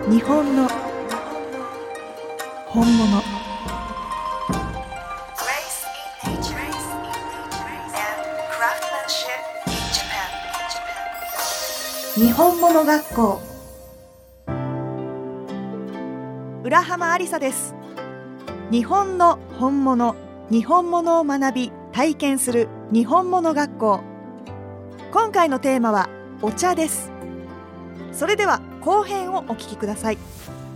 日本の本物。日本物学校。浦浜ありさです。日本の本物、日本物を学び体験する日本物学校。今回のテーマはお茶です。それでは後編をお聞きください。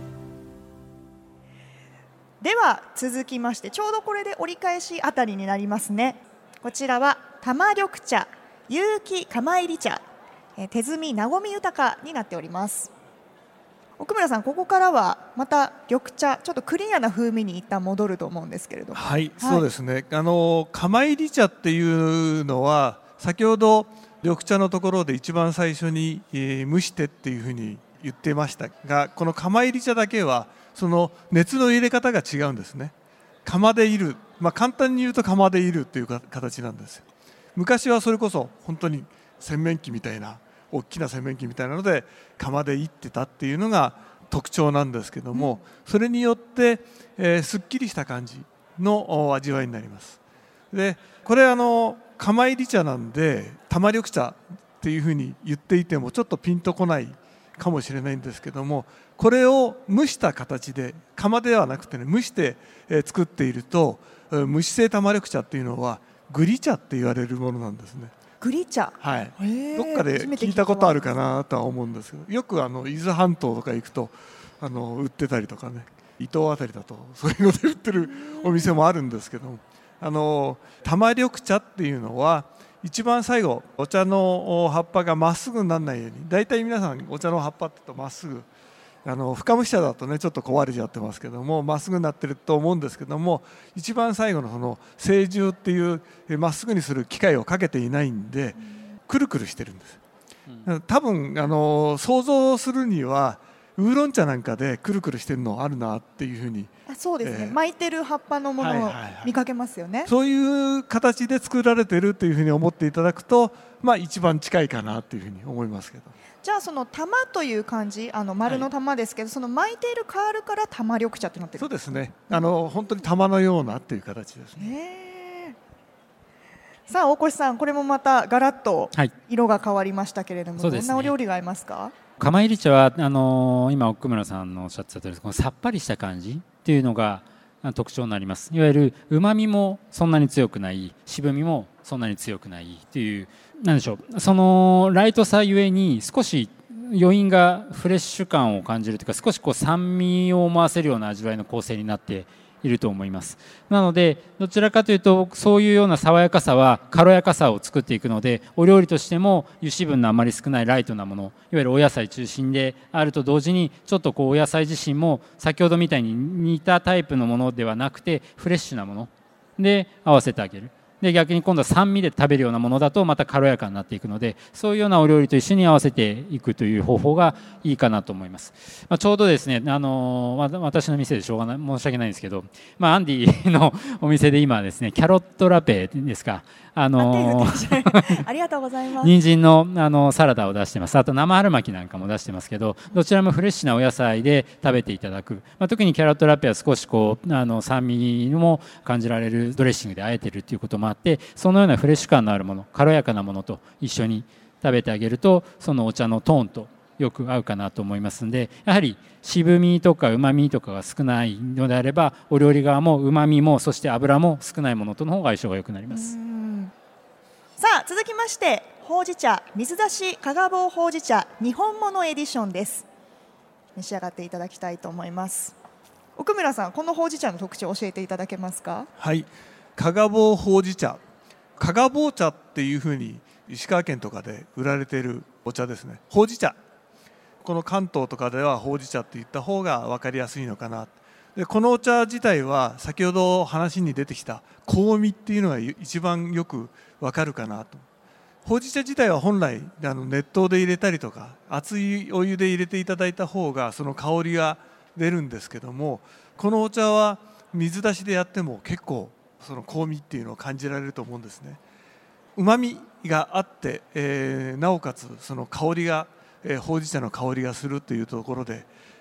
では続きまして、ちょうどこれで折り返しあたりになりますね。こちらは玉緑茶、有機釜入り茶、手摘み和み豊かになっております。奥村さん、ここからはまた緑茶、ちょっとクリアな風味に一旦戻ると思うんですけれども。 はい、そうですね。釜入り茶っていうのは先ほど緑茶のところで一番最初に、蒸してっていうふうに言ってましたが、この釜入り茶だけはその熱の入れ方が違うんですね。釜でいる、簡単に言うと釜でいるっていう形なんですよ。昔はそれこそ本当に洗面器みたいな大きな洗面器みたいなので釜でいってたっていうのが特徴なんですけども、それによって、すっきりした感じの味わいになります。でこれ釜入り茶なんで玉緑茶っていうふうに言っていてもちょっとピンとこないかもしれないんですけども、これを蒸した形で釜ではなくてね、蒸して、作っていると蒸し製玉緑茶っていうのはグリ茶って言われるものなんですね。 グリ茶、 はい、どっかで聞いたことあるかなとは思うんですけど、よく伊豆半島とか行くと売ってたりとかね、伊東あたりだとそういうので売ってるお店もあるんですけども、玉緑茶っていうのは一番最後お茶の葉っぱがまっすぐにならないように、だいたい皆さんお茶の葉っぱって言うとまっすぐ、深蒸し茶だとねちょっと壊れちゃってますけどもまっすぐになってると思うんですけども、一番最後のその青樹っていうまっすぐにする機械をかけていないんでくるくるしてるんです。多分想像するにはウーロン茶なんかでくるくるしてるのあるなっていうふうに。 そうですね、巻いてる葉っぱのものを見かけますよね。 そういう形で作られてるというふうに思っていただくと、一番近いかなというふうに思いますけど。 じゃあその玉という漢字、丸の玉ですけど、その巻いているカールから玉緑茶ってなってる。 そうですね、本当に玉のようなっていう形ですね。 さあ大越さん、これもまたガラッと色が変わりましたけれども、どんなお料理がありますか？ 釜入り茶は今奥村さんのおっしゃってた通り、このさっぱりした感じっていうのが特徴になります。いわゆるうまみもそんなに強くない、渋みもそんなに強くないっていう、なんでしょう、そのライトさゆえに少し余韻がフレッシュ感を感じるというか、少し酸味を思わせるような味わいの構成になっていると思います。なのでどちらかというとそういうような爽やかさは軽やかさを作っていくので、お料理としても油脂分のあまり少ないライトなもの、いわゆるお野菜中心であると同時に、ちょっとお野菜自身も先ほどみたいに似たタイプのものではなくてフレッシュなもので合わせてあげる。で逆に今度は酸味で食べるようなものだとまた軽やかになっていくので、そういうようなお料理と一緒に合わせていくという方法がいいかなと思います。ちょうどですね、私の店でしょうがない、申し訳ないんですけど、アンディのお店で今ですね、キャロットラペですか、 ありがとうございます。 人参のサラダを出してます。あと生春巻きなんかも出してますけど、どちらもフレッシュなお野菜で食べていただく、特にキャロットラペは少し酸味も感じられるドレッシングであえてるということもあって、そのようなフレッシュ感のあるもの、軽やかなものと一緒に食べてあげると、そのお茶のトーンとよく合うかなと思いますので、やはり渋みとかうまみとかが少ないのであれば、お料理側もうまみもそして油も少ないものとの方が相性が良くなります。 さあ続きまして、ほうじ茶水出し加賀棒ほうじ茶日本物エディションです。召し上がっていただきたいと思います。奥村さん、このほうじ茶の特徴を教えていただけますか？ はい、加賀棒ほうじ茶、加賀棒茶っていうふうに石川県とかで売られているお茶ですね。ほうじ茶、この関東とかではほうじ茶って言った方が分かりやすいのかな。でこのお茶自体は先ほど話に出てきた香味っていうのが一番よく分かるかなと。ほうじ茶自体は本来熱湯で入れたりとか熱いお湯で入れていただいた方がその香りが出るんですけども、このお茶は水出しでやっても結構その香味っていうのを感じられると思うんですね。うまみがあって、なおかつその香りが、ほうじ茶の香りがするというところで、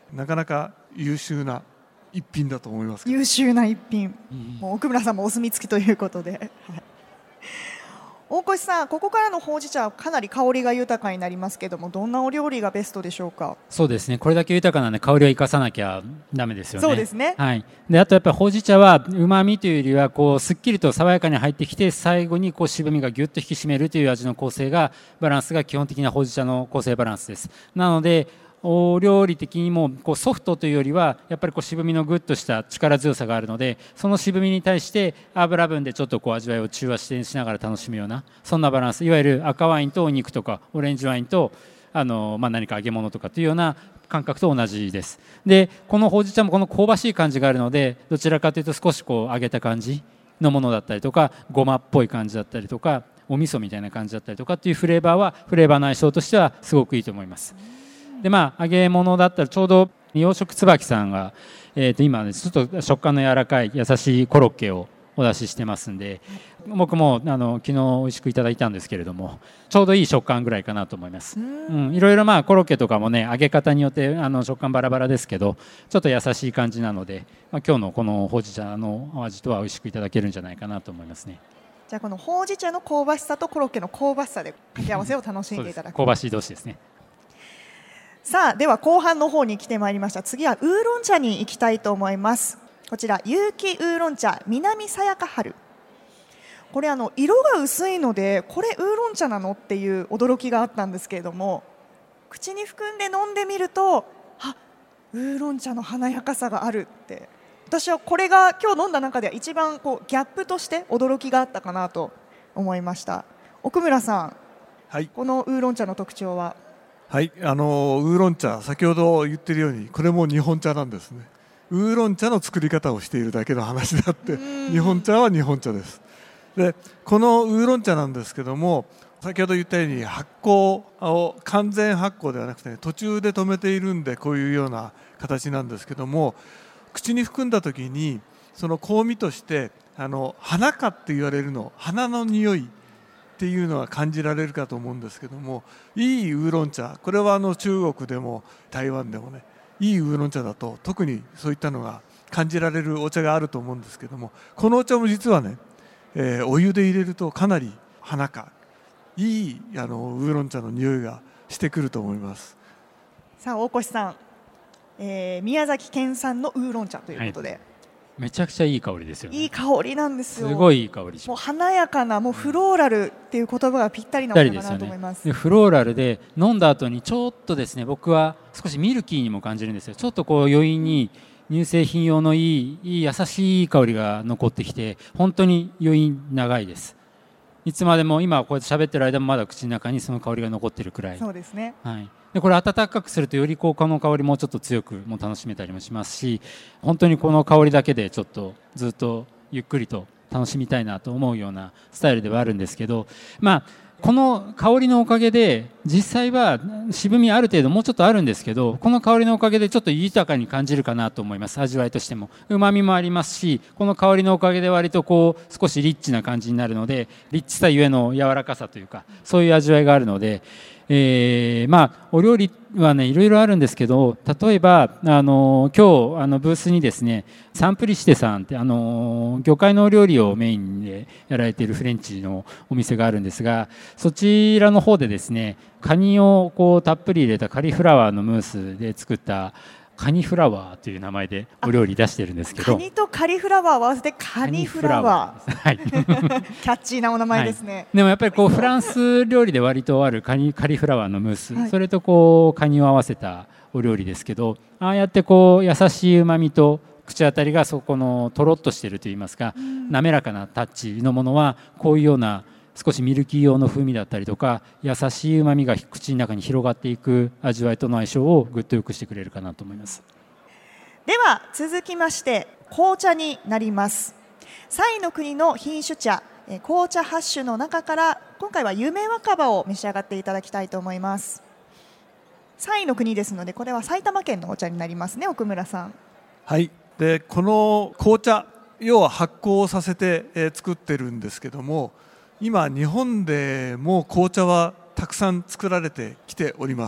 なかなか優秀な一品だと思います。 優秀な一品、もう奥村さんもお墨付きということで、はい、大越さん、ここからのほうじ茶はかなり香りが豊かになりますけども、どんなお料理がベストでしょうか？ そうですね、これだけ豊かな、ね、香りを生かさなきゃダメですよね。 そうですね、 はい、であとやっぱりほうじ茶はうまみというよりはこうすっきりと爽やかに入ってきて、最後にこう渋みがぎゅっと引き締めるという味の構成が、バランスが基本的なほうじ茶の構成バランスです。なのでお料理的にもこうソフトというよりはやっぱりこう渋みのぐっとした力強さがあるので、その渋みに対して油分でちょっとこう味わいを中和しながら楽しむような、そんなバランス、いわゆる赤ワインとお肉とかオレンジワインと何か揚げ物とかというような感覚と同じです。でこのほうじ茶もこの香ばしい感じがあるので、どちらかというと少しこう揚げた感じのものだったりとか、ごまっぽい感じだったりとか、お味噌みたいな感じだったりとかっていうフレーバーの相性としてはすごくいいと思います。で揚げ物だったらちょうど洋食椿さんが、今、ね、ちょっと食感の柔らかい優しいコロッケをお出ししてますんで、僕も昨日美味しくいただいたんですけれども、ちょうどいい食感ぐらいかなと思います。いろいろコロッケとかもね、揚げ方によって食感バラバラですけど、ちょっと優しい感じなので、今日のこのほうじ茶のお味とは美味しくいただけるんじゃないかなと思いますね。 じゃあこのほうじ茶の香ばしさとコロッケの香ばしさで掛け合わせを楽しんでいただく、 香ばしい同士ですね。 さあでは後半の方に来てまいりました。次はウーロン茶に行きたいと思います。こちら有機ウーロン茶南さやか春、これ色が薄いのでこれウーロン茶なのっていう驚きがあったんですけれども、口に含んで飲んでみると、ウーロン茶の華やかさがあるって、私はこれが今日飲んだ中では一番こうギャップとして驚きがあったかなと思いました。奥村さん、 はい、 このウーロン茶の特徴は？ はい、ウーロン茶、先ほど言っているようにこれも日本茶なんですね。ウーロン茶の作り方をしているだけの話であって、日本茶は日本茶です。でこのウーロン茶なんですけども、先ほど言ったように発酵を完全発酵ではなくて、途中で止めているんでこういうような形なんですけども、口に含んだ時にその香味として花香って言われるの、花の匂いっていうのは感じられるかと思うんですけども、いいウーロン茶、これは中国でも台湾でもね、いいウーロン茶だと特にそういったのが感じられるお茶があると思うんですけども、このお茶も実はね、お湯で入れるとかなり花香、いいウーロン茶の匂いがしてくると思います。 さあ大越さん、宮崎県産のウーロン茶ということで、はい、 めちゃくちゃいい香りですよね。 いい香りなんですよ。 すごいいい香りします。 もう華やかな、もうフローラルっていう言葉がぴったりなものかなと思います。 でフローラルで飲んだ後にちょっとですね、僕は少しミルキーにも感じるんですよ。ちょっとこう余韻に乳製品用のいい優しい香りが残ってきて、本当に余韻長いです。いつまでも今こうやって喋ってる間もまだ口の中にその香りが残ってるくらい。 そうですね、 はい、でこれ温かくするとよりこの香りもちょっと強くも楽しめたりもしますし、本当にこの香りだけでちょっとずっとゆっくりと楽しみたいなと思うようなスタイルではあるんですけど、この香りのおかげで実際は渋みある程度もうちょっとあるんですけど、この香りのおかげでちょっと豊かに感じるかなと思います。味わいとしてもうまみもありますし、この香りのおかげで割と少しリッチな感じになるので、リッチさゆえの柔らかさというか、そういう味わいがあるので、お料理はねいろいろあるんですけど、例えば今日ブースにですね、サンプリシテさんって魚介のお料理をメインでやられているフレンチのお店があるんですが、そちらの方でですね、カニをたっぷり入れたカリフラワーのムースで作ったカニフラワーという名前でお料理出してるんですけど、 カニとカリフラワーを合わせてカニフラワー、はい、キャッチーなお名前ですね、はい、 でもやっぱりフランス料理で割とあるカリフラワーのムース、はい、それとカニを合わせたお料理ですけど、ああやって優しいうまみと口当たりがそこのとろっとしているといいますか、滑らかなタッチのものはこういうような少しミルキー用の風味だったりとか、優しいうまみが口の中に広がっていく味わいとの相性をぐっと良くしてくれるかなと思います。 では続きまして紅茶になります。彩の国の品種茶、紅茶8種の中から今回は夢若葉を召し上がっていただきたいと思います。彩の国ですので、これは埼玉県のお茶になりますね、奥村さん。 はい、でこの紅茶、要は発酵させて、作ってるんですけども、今日本でも紅茶はたくさん作られてきております。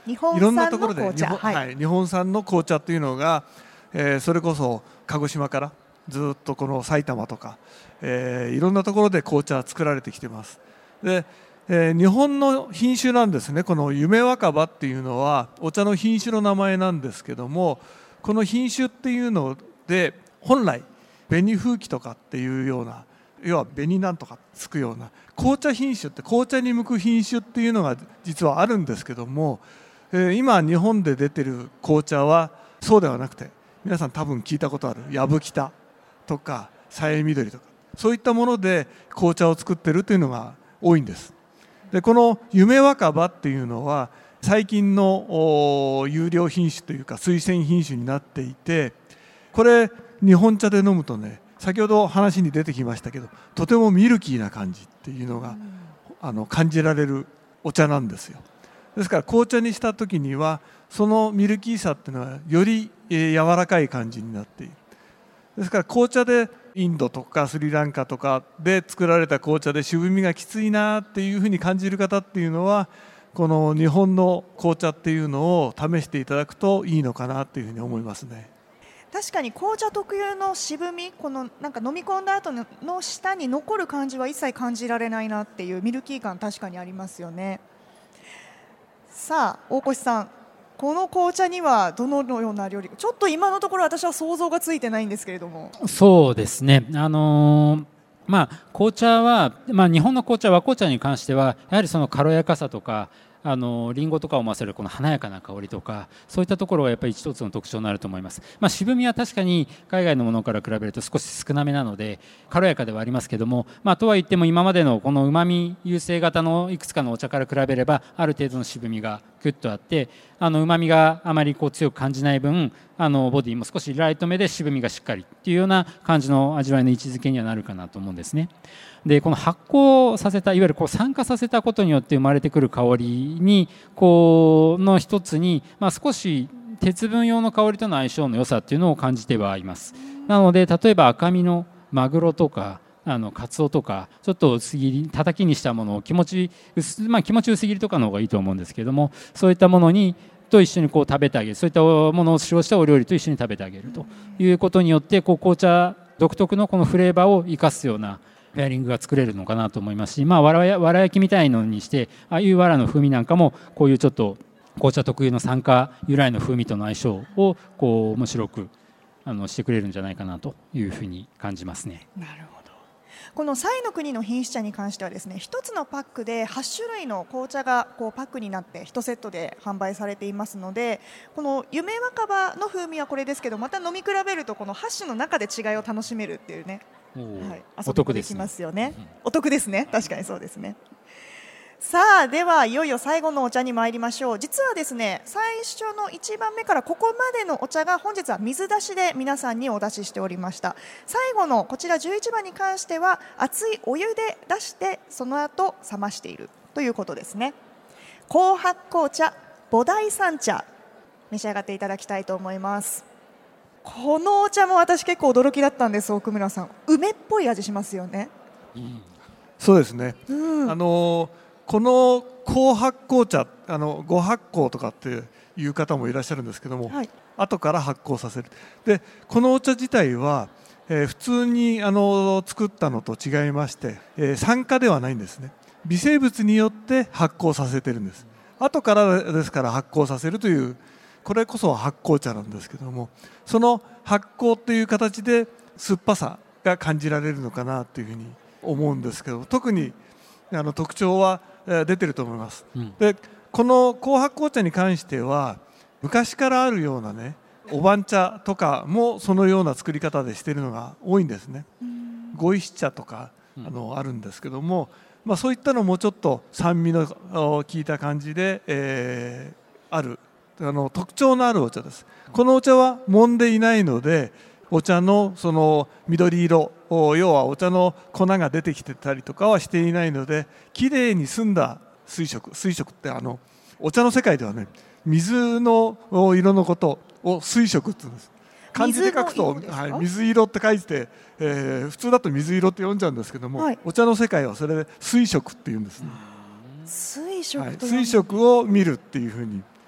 日本いろんな産のところで紅茶、 日本産の紅茶というのが、それこそ鹿児島からずっとこの埼玉とか、いろんなところで紅茶作られてきてます。で、日本の品種なんですね。この夢若葉っていうのはお茶の品種の名前なんですけども、この品種っていうので本来紅風紀とかっていうような、要は紅なんとかつくような紅茶品種って紅茶に向く品種っていうのが実はあるんですけども、今日本で出てる紅茶はそうではなくて、皆さん多分聞いたことあるやぶきたとかさえみどりとか、そういったもので紅茶を作ってるというのが多いんです。でこの夢若葉っていうのは最近の優良品種というか推薦品種になっていて、これ日本茶で飲むとね、先ほど話に出てきましたけど、とてもミルキーな感じっていうのが感じられるお茶なんですよ。ですから紅茶にした時にはそのミルキーさっていうのはより柔らかい感じになっている。ですから紅茶でインドとかスリランカとかで作られた紅茶で渋みがきついなっていうふうに感じる方っていうのは、この日本の紅茶っていうのを試していただくといいのかなっていうふうに思いますね。 確かに紅茶特有の渋み、このなんか飲み込んだ後の舌に残る感じは一切感じられないなっていうミルキー感、確かにありますよね。さあ大越さん、この紅茶にはどのような料理、ちょっと今のところ私は想像がついてないんですけれども。 そうですね、紅茶は、日本の紅茶、和紅茶に関してはやはりその軽やかさとかリンゴとかを合わせるこの華やかな香りとか、そういったところがやっぱり一つの特徴になると思います。渋みは確かに海外のものから比べると少し少なめなので軽やかではありますけども、とはいっても今までのこのうまみ優勢型のいくつかのお茶から比べればある程度の渋みがグッとあって、うまみがあまり強く感じない分ボディも少しライトめで渋みがしっかりっていうような感じの味わいの位置づけにはなるかなと思うんですね。でこの発酵させた、いわゆる酸化させたことによって生まれてくる香りにの一つに、少し鉄分用の香りとの相性の良さっていうのを感じてはいます。なので例えば赤身のマグロとかカツオとかちょっと薄切り叩きにしたものを気持ち薄切りとかの方がいいと思うんですけども、そういったものにと一緒に食べてあげる、そういったものを使用したお料理と一緒に食べてあげるということによって紅茶独特のこのフレーバーを生かすようなペアリングが作れるのかなと思いますし、わら焼きみたいのにして、ああいうわらの風味なんかもこういうちょっと紅茶特有の酸化由来の風味との相性を面白くしてくれるんじゃないかなというふうに感じますね。 なるほど。この彩の国の品種茶に関してはですね、1つのパックで8種類の紅茶がパックになって1セットで販売されていますので、この夢若葉の風味はこれですけど、また飲み比べるとこの8種の中で違いを楽しめるっていうね、 お得ですね。 できますよね。お得ですね。確かにそうですね。さあではいよいよ最後のお茶に参りましょう。実はですね、最初の1番目からここまでのお茶が本日は水出しで皆さんにお出ししておりました。最後のこちら11番に関しては熱いお湯で出してその後冷ましているということですね。紅白紅茶菩提三茶召し上がっていただきたいと思います。このお茶も私結構驚きだったんです。奥村さん、梅っぽい味しますよね。 そうですね、この紅白紅茶ご発酵とかっていう方もいらっしゃるんですけども、後から発酵させる。でこのお茶自体は、普通に作ったのと違いまして、酸化ではないんですね。微生物によって発酵させてるんです。後からですから発酵させるという、これこそ発酵茶なんですけども、その発酵という形で酸っぱさが感じられるのかなというふうに思うんですけど、特に特徴は出てると思います。でこの紅白紅茶に関しては昔からあるようなね、お番茶とかもそのような作り方でしているのが多いんですね。五石茶とかあるんですけども、そういったのもちょっと酸味の効いた感じで、ある特徴のあるお茶です。このお茶は揉んでいないので、お茶のその緑色、要はお茶の粉が出てきてたりとかはしていないので、きれいに澄んだ水色ってお茶の世界ではね、水の色のことを水色って言うんです。漢字で書くと、水色って書いて、普通だと水色って読んじゃうんですけども、お茶の世界はそれで水色って言うんですね。 水色を見るっていうふうに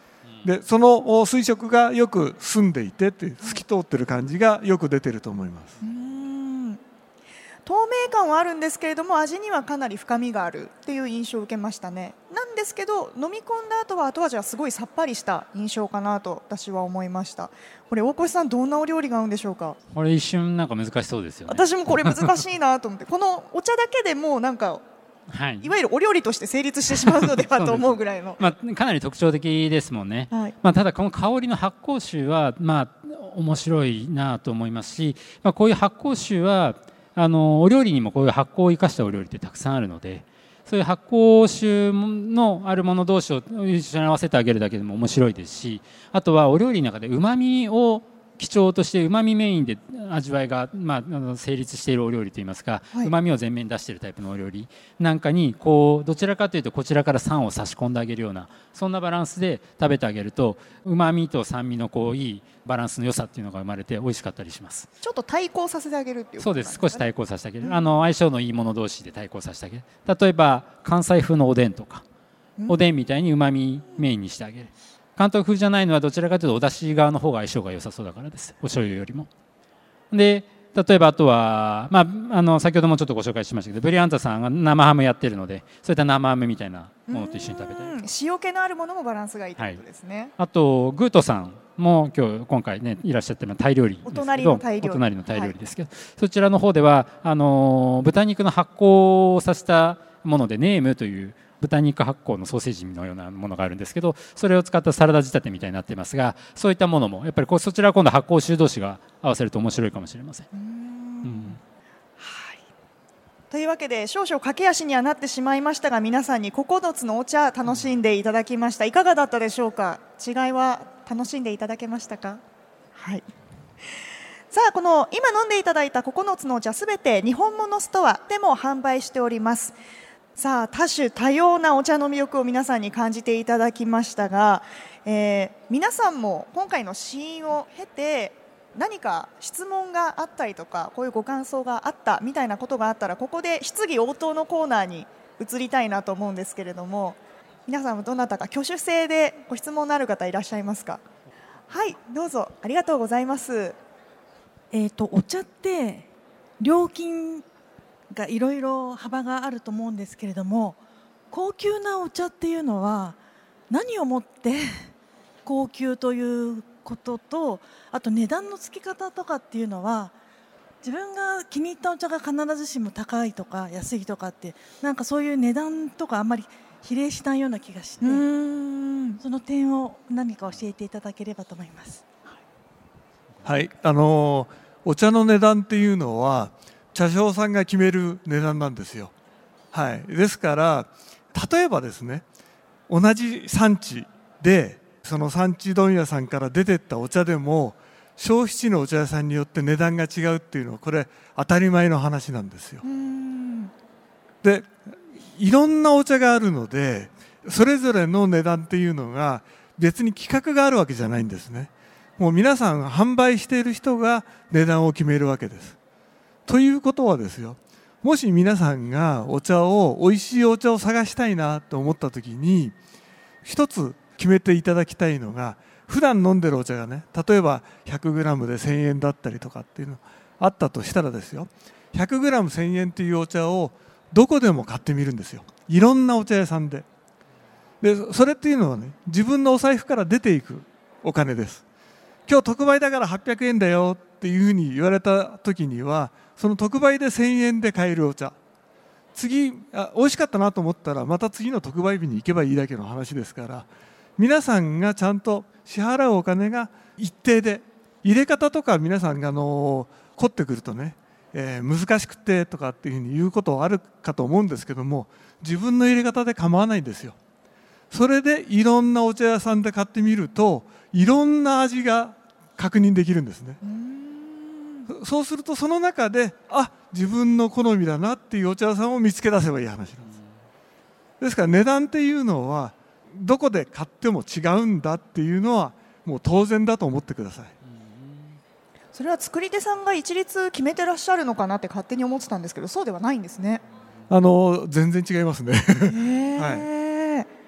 でその水色がよく澄んでいてって透き通ってる感じがよく出てると思います。 透明感はあるんですけれども味にはかなり深みがあるっていう印象を受けましたね。なんですけど飲み込んだ後は後味はすごいさっぱりした印象かなと私は思いました。これ大越さんどんなお料理が合うんでしょうか。 これ一瞬なんか難しそうですよね。 私もこれ難しいなと思ってこのお茶だけでもうなんか、はい、いわゆるお料理として成立してしまうのではと思うぐらいのかなり特徴的ですもんね、 はい。 ただこの香りの発酵臭は面白いなと思いますし、こういう発酵臭はお料理にもこういう発酵を生かしたお料理ってたくさんあるので、そういう発酵臭のあるもの同士を一緒に合わせてあげるだけでも面白いですし、あとはお料理の中でうまみを基調としてうまみメインで味わいが、成立しているお料理といいますか、うまみを前面に出しているタイプのお料理なんかにどちらかというとこちらから酸を差し込んであげるようなそんなバランスで食べてあげるとうまみと酸味のいいバランスの良さっていうのが生まれて美味しかったりします。 ちょっと対抗させてあげるっていうことなんですかね。 そうです。少し対抗させてあげる、相性のいいもの同士で対抗させてあげる。例えば関西風のおでんとか、おでんみたいにうまみメインにしてあげる。関東風じゃないのはどちらかというとお出汁側の方が相性が良さそうだからです。お醤油よりも。で例えばあとは、先ほどもちょっとご紹介しましたけどブリアンタさんが生ハムやってるのでそういった生ハムみたいなものと一緒に食べたり、 塩気のあるものもバランスがいいということですね、はい。 あとグートさんも今回ねいらっしゃってるタイ料理ですけど、お隣のタイ料理ですけど、そちらの方では豚肉の発酵をさせたものでネームという豚肉発酵のソーセージのようなものがあるんですけど、それを使ったサラダ仕立てみたいになっていますが、そういったものもやっぱりそちらは今度発酵臭同士が合わせると面白いかもしれません。 はい、というわけで少々駆け足にはなってしまいましたが皆さんに9つのお茶楽しんでいただきました。いかがだったでしょうか。違いは楽しんでいただけましたか。はい、さあこの今飲んでいただいた9つのお茶すべて日本物ストアでも販売しております。さあ多種多様なお茶の魅力を皆さんに感じていただきましたが、皆さんも今回の試飲を経て何か質問があったりとかこういうご感想があったみたいなことがあったらここで質疑応答のコーナーに移りたいなと思うんですけれども、皆さんもどなたか挙手制でご質問のある方いらっしゃいますか。はいどうぞ。ありがとうございます。 お茶って料金がいろいろ幅があると思うんですけれども、高級なお茶っていうのは何をもって高級ということと、あと値段の付き方とかっていうのは自分が気に入ったお茶が必ずしも高いとか安いとかってなんかそういう値段とかあんまり比例しないような気がして、その点を何か教えていただければと思います。 はい、お茶の値段っていうのは茶商さんが決める値段なんですよ。はい、ですから例えばですね、同じ産地でその産地問屋さんから出てったお茶でも消費地のお茶屋さんによって値段が違うっていうのはこれ当たり前の話なんですよ。でいろんなお茶があるのでそれぞれの値段っていうのが別に規格があるわけじゃないんですね。もう皆さん販売している人が値段を決めるわけです。ということはですよ、もし皆さんが美味しいお茶を探したいなと思った時に一つ決めていただきたいのが、普段飲んでるお茶がね、例えば 100g で1000円だったりとかっていうのあったとしたらですよ、 100g1000 円っていうお茶をどこでも買ってみるんですよ。いろんなお茶屋さんで。それっていうのはね、自分のお財布から出ていくお金です。今日特売だから800円だよっていうふうに言われた時にはその特売で1000円で買えるお茶、美味しかったなと思ったらまた次の特売日に行けばいいだけの話ですから、皆さんがちゃんと支払うお金が一定で、入れ方とか皆さんが凝ってくるとね、難しくてとかっていうふうに言うことはあるかと思うんですけども、自分の入れ方で構わないんですよ。それでいろんなお茶屋さんで買ってみるといろんな味が確認できるんですね。そうするとその中で自分の好みだなっていうお茶屋さんを見つけ出せばいい話なんです。ですから値段っていうのはどこで買っても違うんだっていうのはもう当然だと思ってください。 それは作り手さんが一律決めてらっしゃるのかなって勝手に思ってたんですけど、そうではないんですね。 全然違いますね。はい、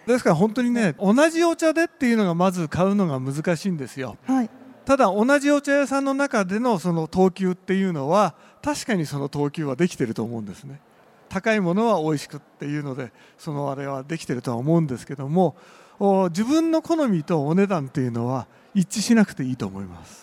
ですから本当にね、同じお茶でっていうのがまず買うのが難しいんですよ。 はい、 ただ同じお茶屋さんの中でのその等級っていうのは確かにその等級はできてると思うんですね。高いものは美味しくっていうのでそのあれはできてるとは思うんですけども、自分の好みとお値段っていうのは一致しなくていいと思います。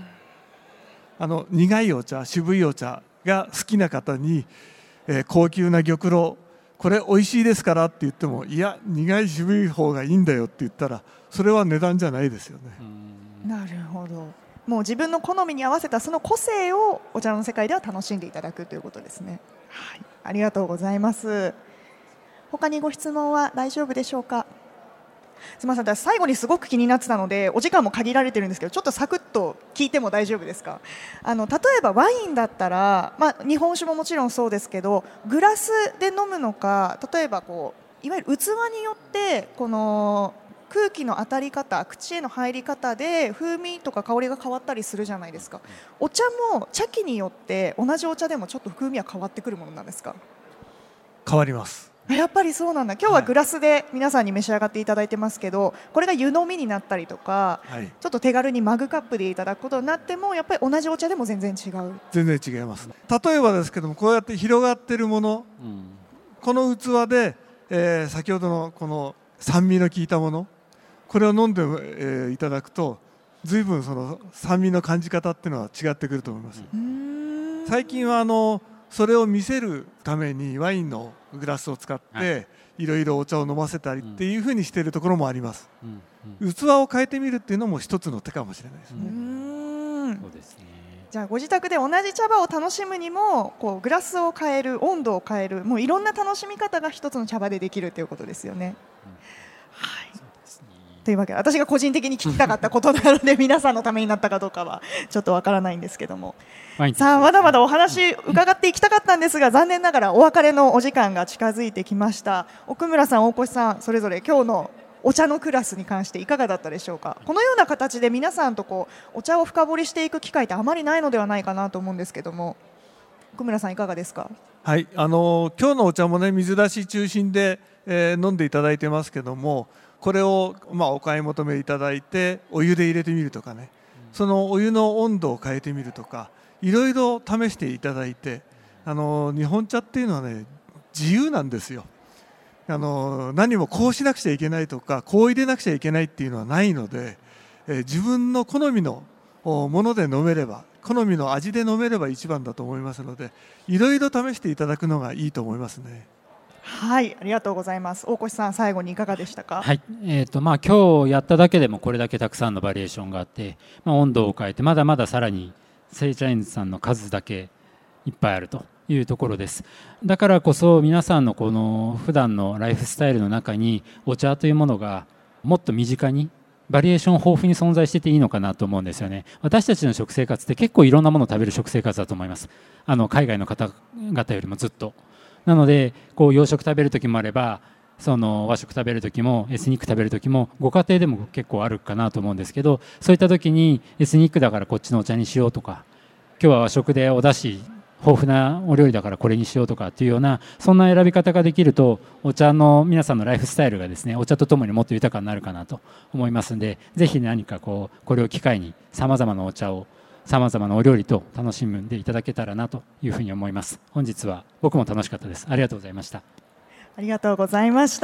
苦いお茶、渋いお茶が好きな方に、高級な玉露これ美味しいですからって言っても、いや苦い渋い方がいいんだよって言ったらそれは値段じゃないですよね。 なるほど。もう自分の好みに合わせたその個性をお茶の世界では楽しんでいただくということですね。はい、ありがとうございます。他にご質問は大丈夫でしょうか。すみません、私最後にすごく気になってたのでお時間も限られてるんですけど、ちょっとサクッと聞いても大丈夫ですか。例えばワインだったら、日本酒ももちろんそうですけどグラスで飲むのか、例えばいわゆる器によってこの空気の当たり方、口への入り方で風味とか香りが変わったりするじゃないですか。お茶も茶器によって同じお茶でもちょっと風味は変わってくるものなんですか。 変わります。 やっぱりそうなんだ。今日はグラスで皆さんに召し上がっていただいてますけど、これが湯飲みになったりとか、ちょっと手軽にマグカップでいただくことになってもやっぱり同じお茶でも全然違う。 全然違います。例えばですけども、こうやって広がっているもの、この器で、先ほどのこの酸味の効いたもの、これを飲んで、いただくと随分その酸味の感じ方っていうのは違ってくると思います。最近はそれを見せるためにワインのグラスを使っていろいろお茶を飲ませたりっていうふうにしているところもあります。器を変えてみるっていうのも一つの手かもしれないですね。 そうですね。 じゃあご自宅で同じ茶葉を楽しむにもグラスを変える、温度を変える、もういろんな楽しみ方が一つの茶葉でできるということですよね。はい、というわけで私が個人的に聞きたかったことなので皆さんのためになったかどうかはちょっとわからないんですけども、さあまだまだお話伺っていきたかったんですが残念ながらお別れのお時間が近づいてきました。奥村さん、大越さん、それぞれ今日のお茶のクラスに関していかがだったでしょうか。このような形で皆さんとお茶を深掘りしていく機会ってあまりないのではないかなと思うんですけども、奥村さんいかがですか。 はい、今日のお茶もね水出し中心で、飲んでいただいてますけども、これをお買い求めいただいてお湯で入れてみるとかね、そのお湯の温度を変えてみるとかいろいろ試していただいて、日本茶っていうのはね自由なんですよ。何もこうしなくちゃいけないとかこう入れなくちゃいけないっていうのはないので、自分の好みのもので飲めれば、好みの味で飲めれば一番だと思いますので、いろいろ試していただくのがいいと思いますね。 はい、ありがとうございます。大越さん、最後にいかがでしたか。 はい、今日やっただけでもこれだけたくさんのバリエーションがあって、温度を変えてまだまださらに製茶園さんの数だけいっぱいあるというところです。だからこそ皆さんのこの普段のライフスタイルの中にお茶というものがもっと身近にバリエーション豊富に存在してていいのかなと思うんですよね。私たちの食生活って結構いろんなものを食べる食生活だと思います。海外の方々よりもずっと。なので洋食食べる時もあれば、その和食食べる時もエスニック食べる時もご家庭でも結構あるかなと思うんですけど、そういった時にエスニックだからこっちのお茶にしようとか、今日は和食でお出汁豊富なお料理だからこれにしようとかっていうような、そんな選び方ができるとお茶の皆さんのライフスタイルがですね、お茶とともにもっと豊かになるかなと思いますので、ぜひ何かこれを機会にさまざまなお茶をさまざまなお料理と楽しんでいただけたらなというふうに思います。本日は僕も楽しかったです。ありがとうございました。 ありがとうございました。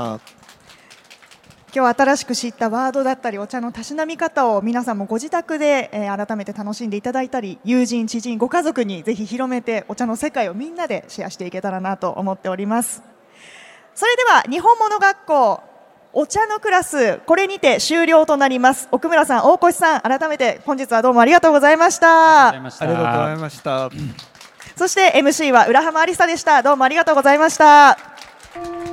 今日新しく知ったワードだったりお茶のたしなみ方を皆さんもご自宅で改めて楽しんでいただいたり、友人知人ご家族にぜひ広めてお茶の世界をみんなでシェアしていけたらなと思っております。それでは日本物学校お茶のクラス、これにて終了となります。奥村さん、大越さん、改めて本日はどうもありがとうございました。 ありがとうございました。 そして MC は浦浜ありさでした。どうもありがとうございました。